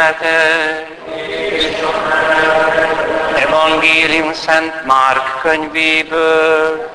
veletek. Evangélium Szent Márk könyvéből.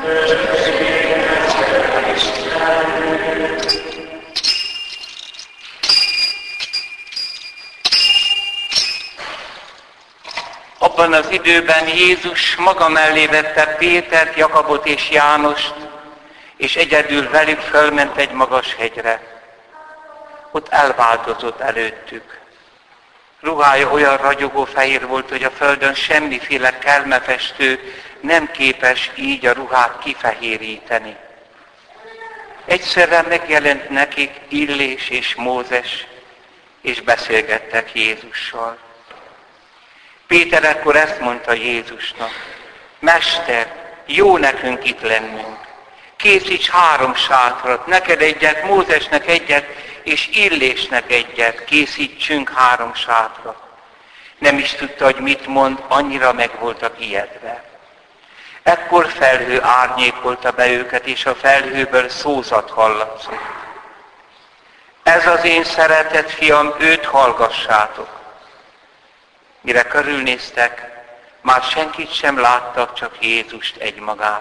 Abban az időben Jézus maga mellé vette Pétert, Jakabot és Jánost, és egyedül velük fölment egy magas hegyre. Ott elváltozott előttük. Ruhája olyan ragyogó fehér volt, hogy a földön semmiféle kelmefestő nem képes így a ruhát kifehéríteni. Egyszerre megjelent nekik Illés és Mózes, és beszélgettek Jézussal. Péter ekkor ezt mondta Jézusnak: Mester, jó nekünk itt lennünk. Készíts 3 sátrat, neked egyet, Mózesnek egyet, és Illésnek egyet, készítsünk 3 sátrat. Nem is tudta, hogy mit mond, annyira meg voltak ijedve. Ekkor felhő árnyékolta be őket, és a felhőből szózat hallatszott. Ez az én szeretett fiam, őt hallgassátok. Mire körülnéztek, már senkit sem láttak, csak Jézust egymagát.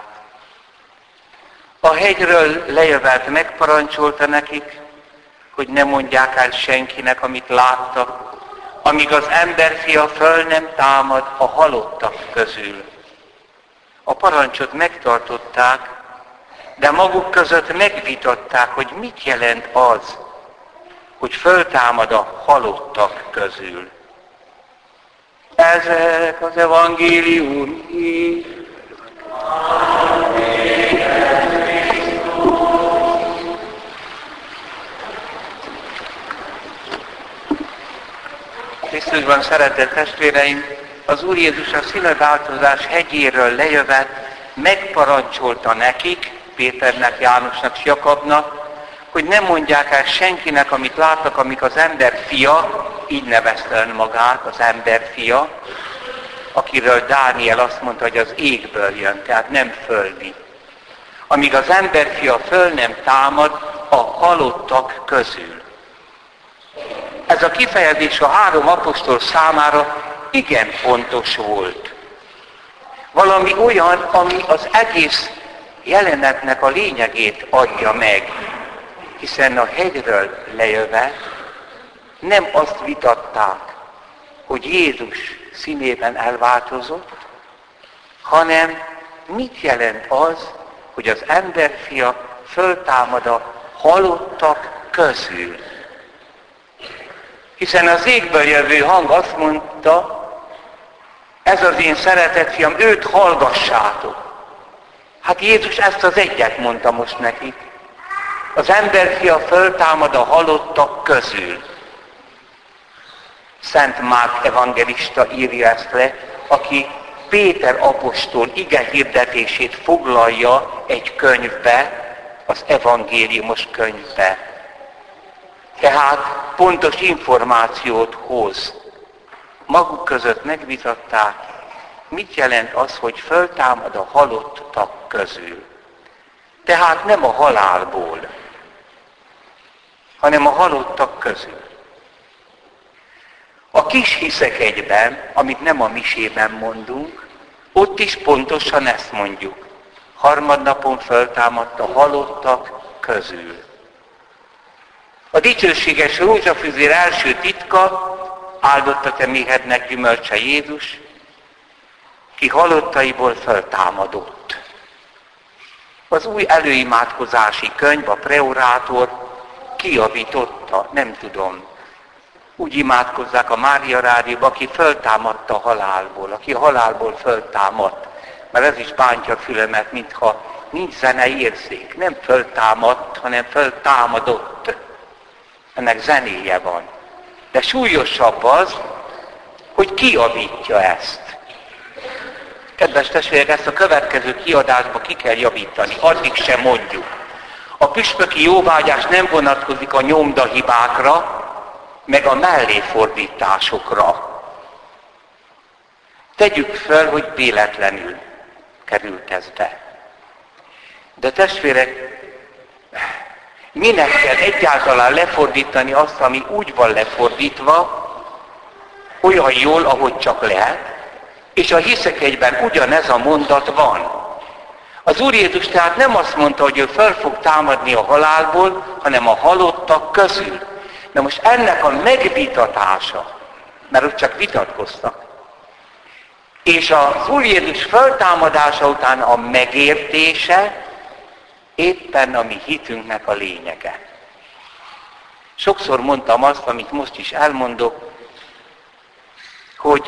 A hegyről lejövett megparancsolta nekik, hogy ne mondják el senkinek, amit láttak, amíg az emberfia föl nem támad a halottak közül. A parancsot megtartották, de maguk között megvitatták, hogy mit jelent az, hogy föltámad a halottak közül. Ezek az evangélium hír. Krisztusban szeretett testvéreim, az Úr Jézus a színeváltozás hegyéről lejövett, megparancsolta nekik, Péternek, Jánosnak és Jakabnak, hogy ne mondják el senkinek, amit láttak, amíg az ember fia, így nevezte önmagát, az ember fia, akiről Dániel azt mondta, hogy az égből jön, tehát nem földi. Amíg az ember fia föl nem támad a halottak közül. Ez a kifejezés a 3 apostol számára igen fontos volt. Valami olyan, ami az egész jelenetnek a lényegét adja meg. Hiszen a hegyről lejöve nem azt vitatták, hogy Jézus színében elváltozott, hanem mit jelent az, hogy az emberfia föltámad a halottak közül. Hiszen az égből jövő hang azt mondta, ez az én szeretett fiam, őt hallgassátok. Hát Jézus ezt az egyet mondta most nekik. Az emberfia föltámad a halottak közül. Szent Márk evangelista írja ezt le, aki Péter apostol ige hirdetését foglalja egy könyvbe, az evangéliumos könyvbe. Tehát pontos információt hoz. Maguk között megvitatták, mit jelent az, hogy föltámad a halottak közül. Tehát nem a halálból, hanem a halottak közül. A kis hiszek egyben, amit nem a misében mondunk, ott is pontosan ezt mondjuk. Harmadnapon föltámadt a halottak közül. A dicsőséges rózsafüzér első titka, áldott a te méhednek gyümölcse Jézus, ki halottaiból föltámadott. Az új előimádkozási könyv, a preorátor kijavította, nem tudom. Úgy imádkozzák a Mária rádióban, aki föltámadt a halálból, aki a halálból föltámadt. Mert ez is bántja a fülemet, mintha nincs zenei érzék. Nem föltámadt, hanem föltámadott. Ennek zenéje van. De súlyosabb az, hogy kijavítja ezt. Kedves testvérek, ezt a következő kiadásba ki kell javítani, addig sem mondjuk. A püspöki jóvágyás nem vonatkozik a nyomdahibákra, meg a melléfordításokra. Tegyük fel, hogy véletlenül került ez be. De testvérek, minek kell egyáltalán lefordítani azt, ami úgy van lefordítva, olyan jól, ahogy csak lehet, és a hiszek egyben ugyanez a mondat van. Az Úr Jézus tehát nem azt mondta, hogy ő fel fog támadni a halálból, hanem a halottak közül. Na most ennek a megvitatása, mert ott csak vitatkoztak, és az Úr Jézus feltámadása után a megértése éppen a mi hitünknek a lényege. Sokszor mondtam azt, amit most is elmondok, hogy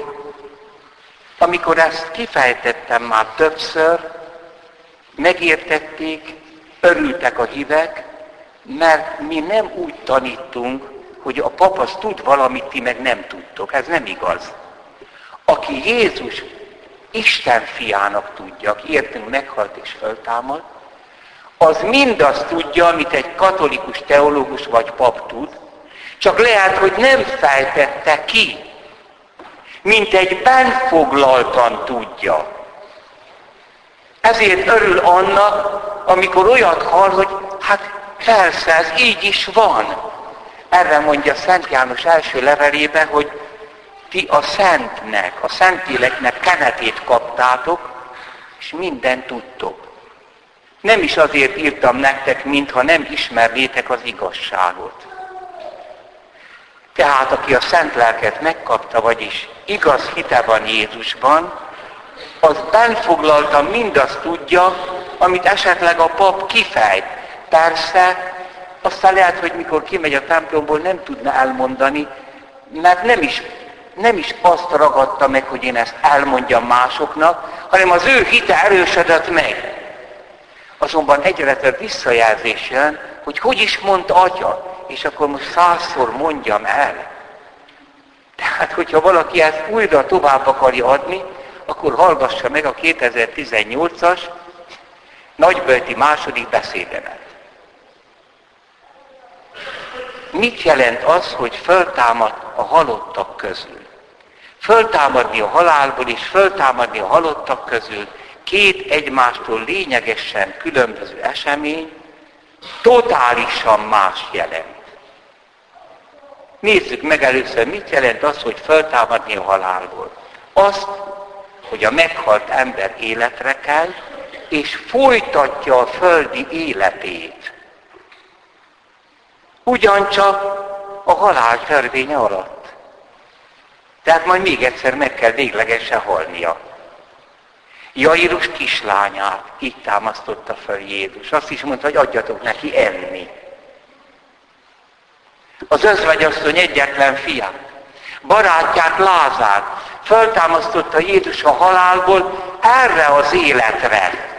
amikor ezt kifejtettem már többször, megértették, örültek a hívek, mert mi nem úgy tanítunk, hogy a pap az tud valamit, ti meg nem tudtok. Ez nem igaz. Aki Jézus Isten fiának tudja, aki értünk meghalt és föltámad, az mindazt tudja, amit egy katolikus teológus vagy pap tud, csak lehet, hogy nem fejtette ki, mint egy benfoglaltan tudja. Ezért örül annak, amikor olyat hall, hogy hát persze, ez így is van. Erre mondja Szent János első levelébe, hogy ti a Szentnek, a Szentléleknek kenetét kaptátok, és mindent tudtok. Nem is azért írtam nektek, mintha nem ismernétek az igazságot. Tehát aki a Szent Lelket megkapta, vagyis igaz hite van Jézusban, az benfoglaltan mindazt tudja, amit esetleg a pap kifejt. Persze, aztán lehet, hogy mikor kimegy a templomból, nem tudna elmondani, mert nem is azt ragadta meg, hogy én ezt elmondjam másoknak, hanem az ő hite erősödött meg. Azonban egyre több visszajelzés jön, hogy is mondta Atya, és akkor most 100-szor mondjam el. Tehát, hogyha valaki ezt újra tovább akarja adni, akkor hallgassa meg a 2018-as nagybölti második beszédemet. Mit jelent az, hogy föltámad a halottak közül? Föltámadni a halálból és föltámadni a halottak közül két egymástól lényegesen különböző esemény, totálisan más jelent. Nézzük meg először, mit jelent az, hogy föltámadni a halálból. Azt, hogy a meghalt ember életre kell, és folytatja a földi életét. Ugyancsak a halál törvénye alatt. Tehát majd még egyszer meg kell véglegesen halnia. Jairus kislányát így támasztotta föl Jézus. Azt is mondta, hogy adjatok neki enni. Az özvegyasszony egyetlen fiát, barátját Lázár föltámasztotta Jézus a halálból erre az életre.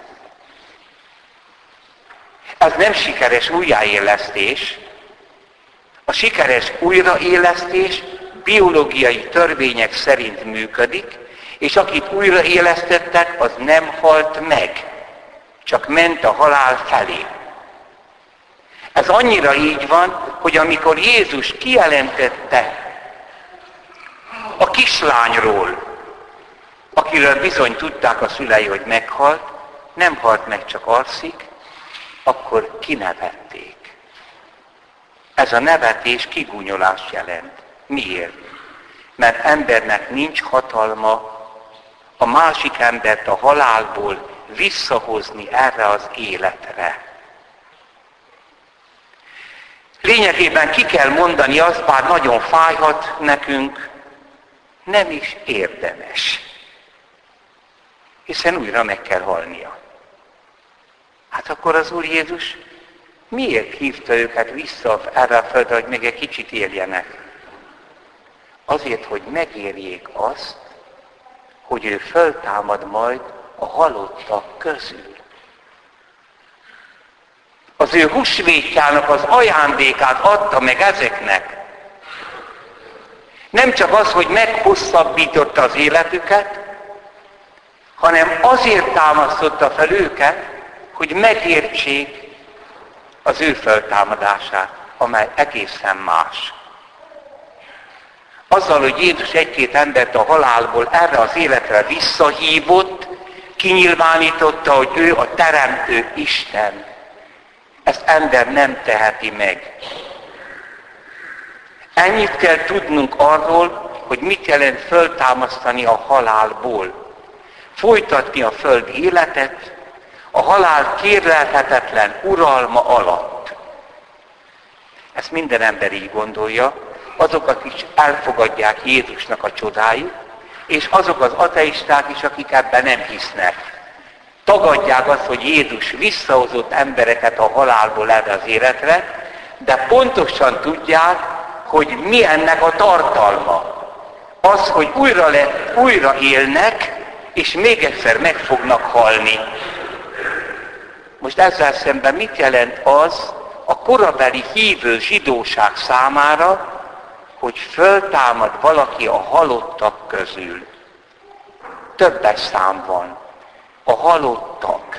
Ez nem sikeres újjáélesztés. A sikeres újraélesztés biológiai törvények szerint működik, és akit újraélesztettek, az nem halt meg, csak ment a halál felé. Ez annyira így van, hogy amikor Jézus kijelentette a kislányról, akiről bizony tudták a szülei, hogy meghalt, nem halt meg, csak alszik, akkor kinevették. Ez a nevetés kigúnyolást jelent. Miért? Mert embernek nincs hatalma a másik embert a halálból visszahozni erre az életre. Lényegében ki kell mondani azt, bár nagyon fájhat nekünk, nem is érdemes. Hiszen újra meg kell halnia. Hát akkor az Úr Jézus miért hívta őket vissza erre a földre, hogy még egy kicsit éljenek? Azért, hogy megérjék azt, hogy ő föltámad majd a halottak közül. Az ő húsvétjának az ajándékát adta meg ezeknek. Nem csak az, hogy meghosszabbította az életüket, hanem azért támasztotta fel őket, hogy megértsék az ő föltámadását, amely egészen más. Azzal, hogy Jézus egy-két embert a halálból erre az életre visszahívott, kinyilvánította, hogy ő a teremtő Isten. Ezt ember nem teheti meg. Ennyit kell tudnunk arról, hogy mit jelent föltámasztani a halálból. Folytatni a földi életet a halál kérlelhetetlen uralma alatt. Ezt minden ember így gondolja, azok, akik elfogadják Jézusnak a csodáit, és azok az ateisták is, akik ebben nem hisznek. Tagadják azt, hogy Jézus visszahozott embereket a halálból erre az életre, de pontosan tudják, hogy mi ennek a tartalma. Az, hogy újra élnek, és még egyszer meg fognak halni. Most ezzel szemben mit jelent az a korabeli hívő zsidóság számára, hogy föltámad valaki a halottak közül? Többes szám van. A halottak.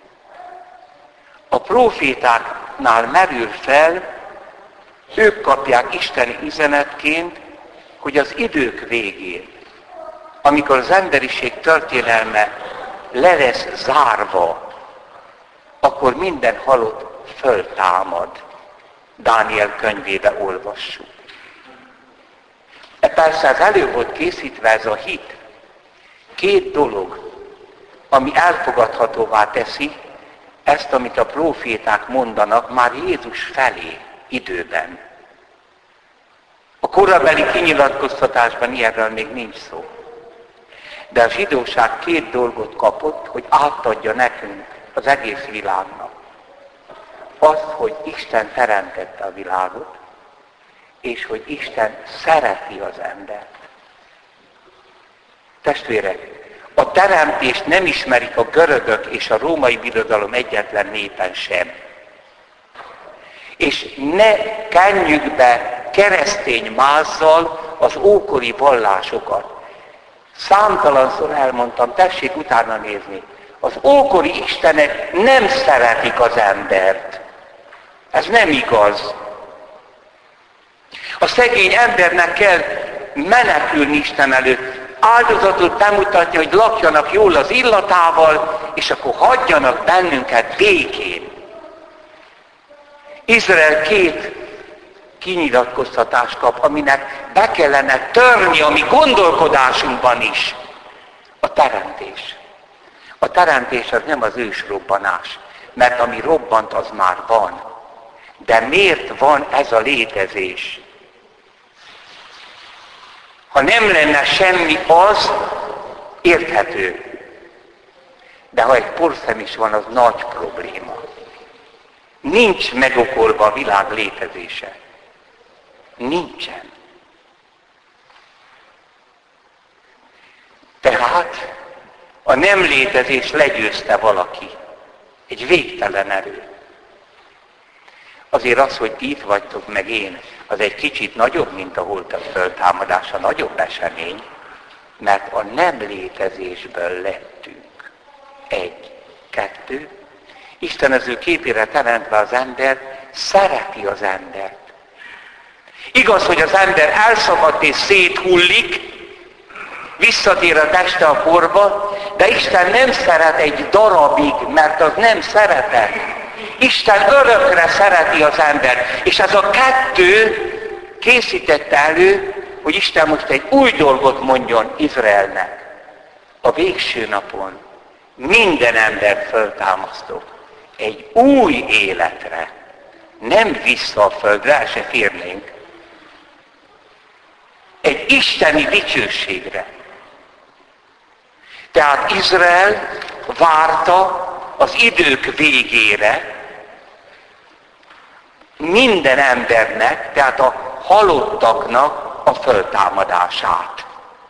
A prófétáknál merül fel, ők kapják isteni üzenetként, hogy az idők végén, amikor az emberiség történelme le lesz zárva, akkor minden halott föltámad. Dániel könyvébe olvassuk. Persze az elő volt készítve ez a hit. Két dolog, ami elfogadhatóvá teszi ezt, amit a próféták mondanak már Jézus felé időben. A korabeli kinyilatkoztatásban ilyenről még nincs szó. De a zsidóság két dolgot kapott, hogy átadja nekünk, az egész világnak. Az, hogy Isten teremtette a világot, és hogy Isten szereti az embert. Testvérek, a teremtést nem ismerik a görögök és a római birodalom egyetlen népen sem. És ne kenjük be keresztény mázzal az ókori vallásokat. Számtalanszor elmondtam, tessék utána nézni. Az ókori istenek nem szeretik az embert. Ez nem igaz. A szegény embernek kell menekülni Isten előtt. Áldozatot bemutatni, hogy lakjanak jól az illatával, és akkor hagyjanak bennünket békén. Izrael két kinyilatkoztatást kap, aminek be kellene törni a mi gondolkodásunkban is. A teremtés. A teremtés az nem az ősrobbanás, mert ami robbant, az már van. De miért van ez a létezés? Ha nem lenne semmi, az érthető. De ha egy porszem is van, az nagy probléma. Nincs megokolva a világ létezése. Nincsen. Tehát a nem létezés legyőzte valaki. Egy végtelen erő. Azért az, hogy itt vagytok meg én, az egy kicsit nagyobb, mint a holtak föltámadása, nagyobb esemény, mert a nem létezésből lettünk. 1, 2. Isten az ő képére teremtve az ember, szereti az embert. Igaz, hogy az ember elszakadt és széthullik, visszatér a teste a porba, de Isten nem szeret egy darabig, mert az nem szeretet. Isten örökre szereti az embert. És ez a kettő készítette elő, hogy Isten most egy új dolgot mondjon Izraelnek. A végső napon minden embert föltámasztok egy új életre. Nem vissza a földre, el se férnénk. Egy isteni dicsőségre. Tehát Izrael várta az idők végére minden embernek, tehát a halottaknak a föltámadását.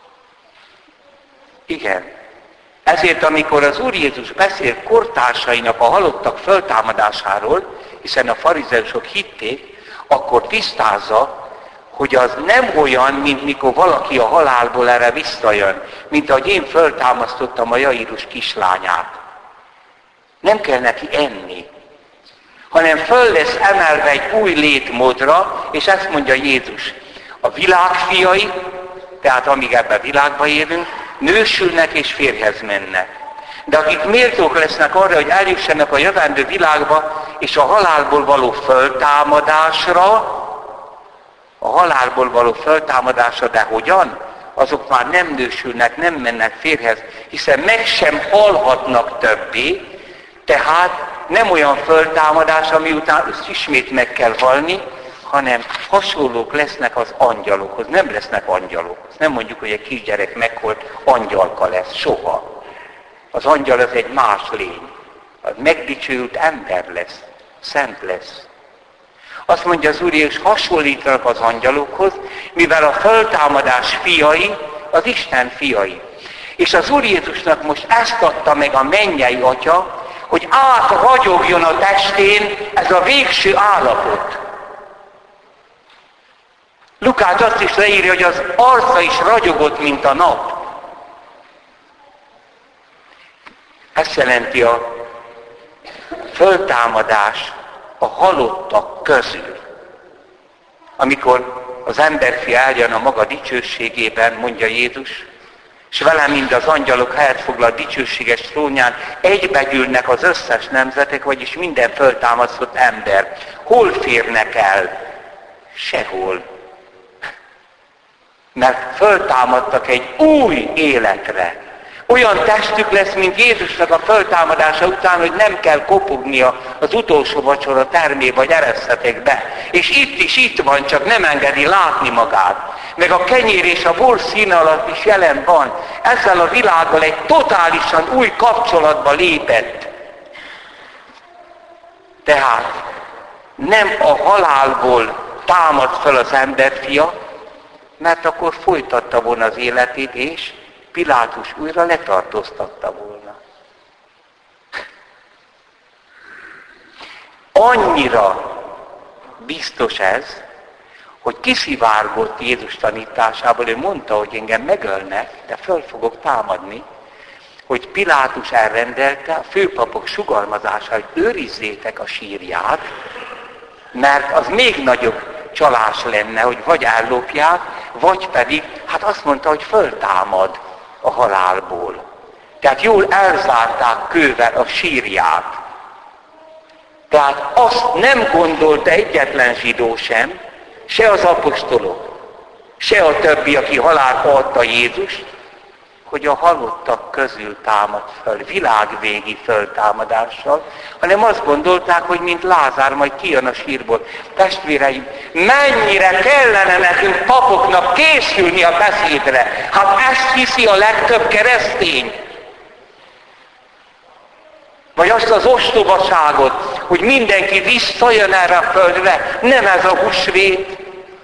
Igen. Ezért, amikor az Úr Jézus beszél kortársainak a halottak föltámadásáról, hiszen a farizeusok hitték, akkor tisztázza, hogy az nem olyan, mint mikor valaki a halálból erre visszajön, mint ahogy én föltámasztottam a Jairus kislányát. Nem kell neki enni, hanem föl lesz emelve egy új létmódra, és ezt mondja Jézus. A világ fiai, tehát amíg ebben a világban élünk, nősülnek és férjhez mennek. De akik méltók lesznek arra, hogy eljussanak a jövendő világba, és a halálból való föltámadásra, de hogyan? azok már nem nősülnek, nem mennek férjhez, hiszen meg sem halhatnak többé, tehát nem olyan föltámadás, ami után ismét meg kell halni, hanem hasonlók lesznek az angyalokhoz. Nem lesznek angyalok. Nem mondjuk, hogy egy kisgyerek meghalt, angyalka lesz. Soha. Az angyal az egy más lény. Az megdicsőült ember lesz. Szent lesz. Azt mondja az Úr Jézus, hasonlítanak az angyalokhoz, mivel a föltámadás fiai, az Isten fiai. És az Úr Jézusnak most ezt adta meg a mennyei Atya, hogy átragyogjon a testén ez a végső állapot. Lukács azt is leírja, hogy az arca is ragyogott, mint a nap. Ezt jelenti a föltámadás a halottak közül. Amikor az emberfia eljön a maga dicsőségében, mondja Jézus, és vele mind az angyalok helyet foglal dicsőséges trónján, egybegyűlnek az összes nemzetek, vagyis minden föltámasztott ember. Hol férnek el? Sehol. Mert föltámadtak egy új életre. Olyan testük lesz, mint Jézusnak a föltámadása után, hogy nem kell kopognia az utolsó vacsora termébe, vagy ereszthetek be. És itt van, csak nem engedi látni magát. Meg a kenyér és a bor színe alatt is jelen van. Ezzel a világgal egy totálisan új kapcsolatba lépett. Tehát nem a halálból támad fel az emberfia, mert akkor folytatta volna az életét, és Pilátus újra letartóztatta volna. Annyira biztos ez, hogy kiszivárgott Jézus tanításából, ő mondta, hogy engem megölnek, de föl fogok támadni, hogy Pilátus elrendelte a főpapok sugalmazása, hogy őrizzétek a sírját, mert az még nagyobb csalás lenne, hogy vagy ellopják, vagy pedig, hát azt mondta, hogy föltámad a halálból. Tehát jól elzárták kővel a sírját. Tehát azt nem gondolta egyetlen zsidó sem, se az apostolok, se a többi, aki halálba adta Jézust, hogy a halottak közül támad föl, világvégi föltámadással, hanem azt gondolták, hogy mint Lázár majd kijön a sírból. Testvéreim, mennyire kellene nekünk papoknak készülni a beszédre? Hát ezt hiszi a legtöbb keresztény. Vagy azt az ostobaságot, hogy mindenki visszajön erre a földre, nem ez a húsvét.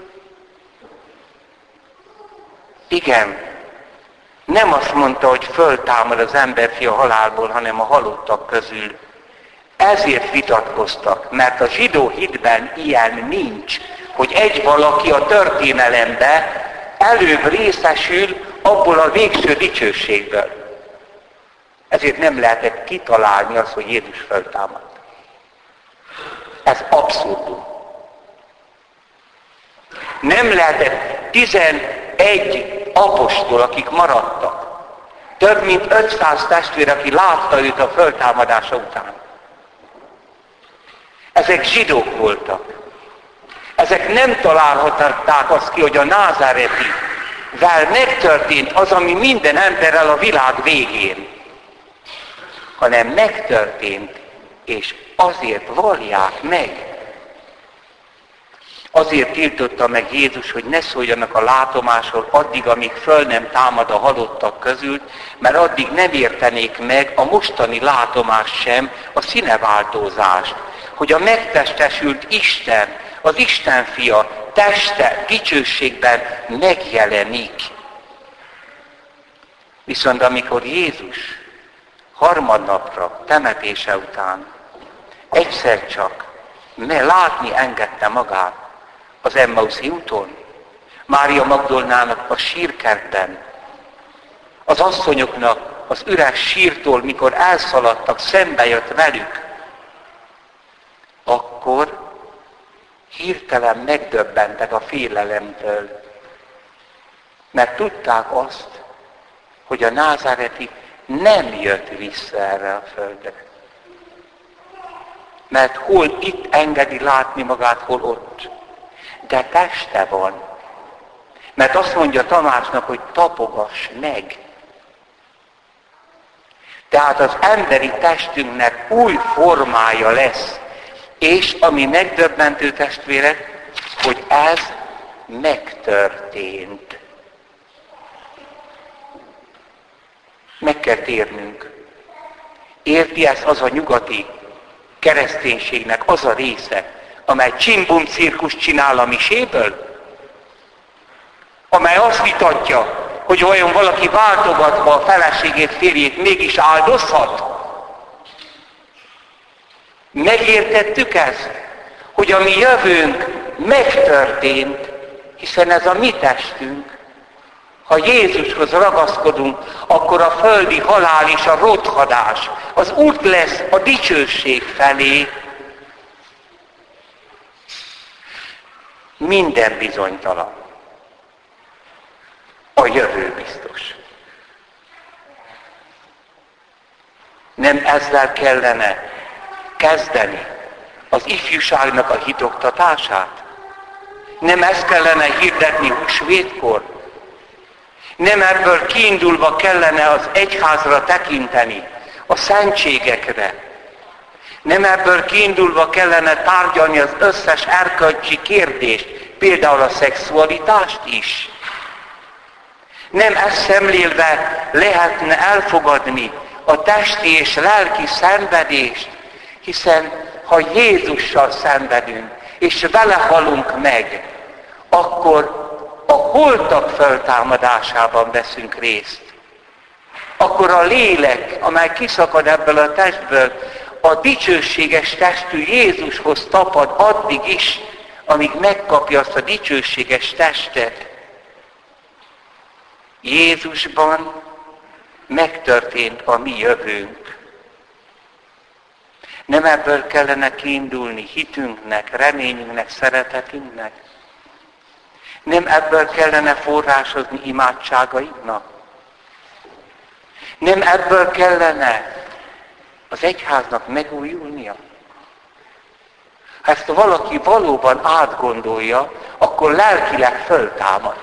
Igen. Nem azt mondta, hogy föltámad az emberfia halálból, hanem a halottak közül. Ezért vitatkoztak, mert a zsidó hitben ilyen nincs, hogy egy valaki a történelembe előbb részesül abból a végső dicsőségből. Ezért nem lehetett kitalálni azt, hogy Jézus föltámad. Ez abszurdum. Nem lehetett 11 apostol, akik maradtak. Több mint 500 testvér, aki látta őt a föltámadása után. Ezek zsidók voltak. Ezek nem találhatták azt ki, hogy a názáretivel megtörtént az, ami minden emberrel a világ végén. Hanem megtörtént, és azért vallják meg. Azért tiltotta meg Jézus, hogy ne szóljanak a látomásról addig, amíg föl nem támad a halottak közül, mert addig nem értenék meg a mostani látomás sem, a színeváltózást, hogy a megtestesült Isten, az Isten fia teste dicsőségben megjelenik. Viszont amikor Jézus harmadnapra, temetése után egyszer csak látni engedte magát az Emmauszi úton, Mária Magdolnának a sírkertben, az asszonyoknak az üres sírtól, mikor elszaladtak, szembe jött velük, akkor hirtelen megdöbbentek a félelemtől, mert tudták azt, hogy a názáreti nem jött vissza erre a földre. Mert hol itt engedi látni magát, hol ott. De teste van. Mert azt mondja Tamásnak, hogy tapogass meg. Tehát az emberi testünknek új formája lesz. És ami megdöbbentő, testvérek, hogy ez megtörtént. Meg kell térnünk. Érti ezt az a nyugati kereszténységnek az a része, amely csimbum cirkusz csinál a miséből? Amely azt vitatja, hogy olyan valaki váltogatva a feleségét, férjét mégis áldozhat? Megértettük ezt? Hogy a mi jövőnk megtörtént, hiszen ez a mi testünk. Ha Jézushoz ragaszkodunk, akkor a földi halál és a rothadás az út lesz a dicsőség felé. Minden bizonytalan. A jövő biztos. Nem ezzel kellene kezdeni az ifjúságnak a hitoktatását? Nem ezt kellene hirdetni húsvétkor? Nem ebből kiindulva kellene az egyházra tekinteni, a szentségekre? Nem ebből kiindulva kellene tárgyalni az összes erkölcsi kérdést, például a szexualitást is? Nem ezt szemlélve lehetne elfogadni a testi és lelki szenvedést, hiszen ha Jézussal szenvedünk, és vele halunk meg, akkor a holtak föltámadásában veszünk részt. Akkor a lélek, amely kiszakad ebből a testből, a dicsőséges testű Jézushoz tapad addig is, amíg megkapja azt a dicsőséges testet. Jézusban megtörtént a mi jövőnk. Nem ebből kellene kiindulni hitünknek, reményünknek, szeretetünknek? Nem ebből kellene forrásozni imádságainknak? Nem ebből kellene az egyháznak megújulnia? Ha ezt valaki valóban átgondolja, akkor lelkileg föltámad.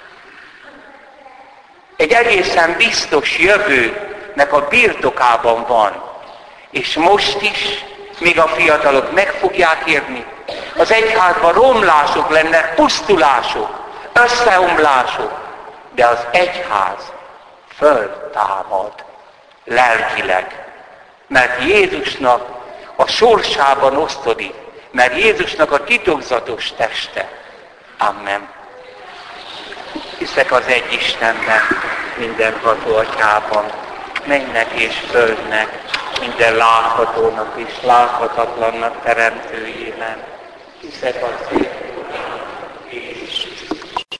Egy egészen biztos jövőnek a birtokában van. És most is, még a fiatalok meg fogják érni, az egyházban romlások lennek, pusztulások, összeomlások, de az egyház föltámad lelkileg. Mert Jézusnak a sorsában osztodik, mert Jézusnak a titokzatos teste. Amen. Hiszek az egy Istenben, mindenható Atyában, mennek és földnek, minden láthatónak és láthatatlannak teremtőjében. Hiszek az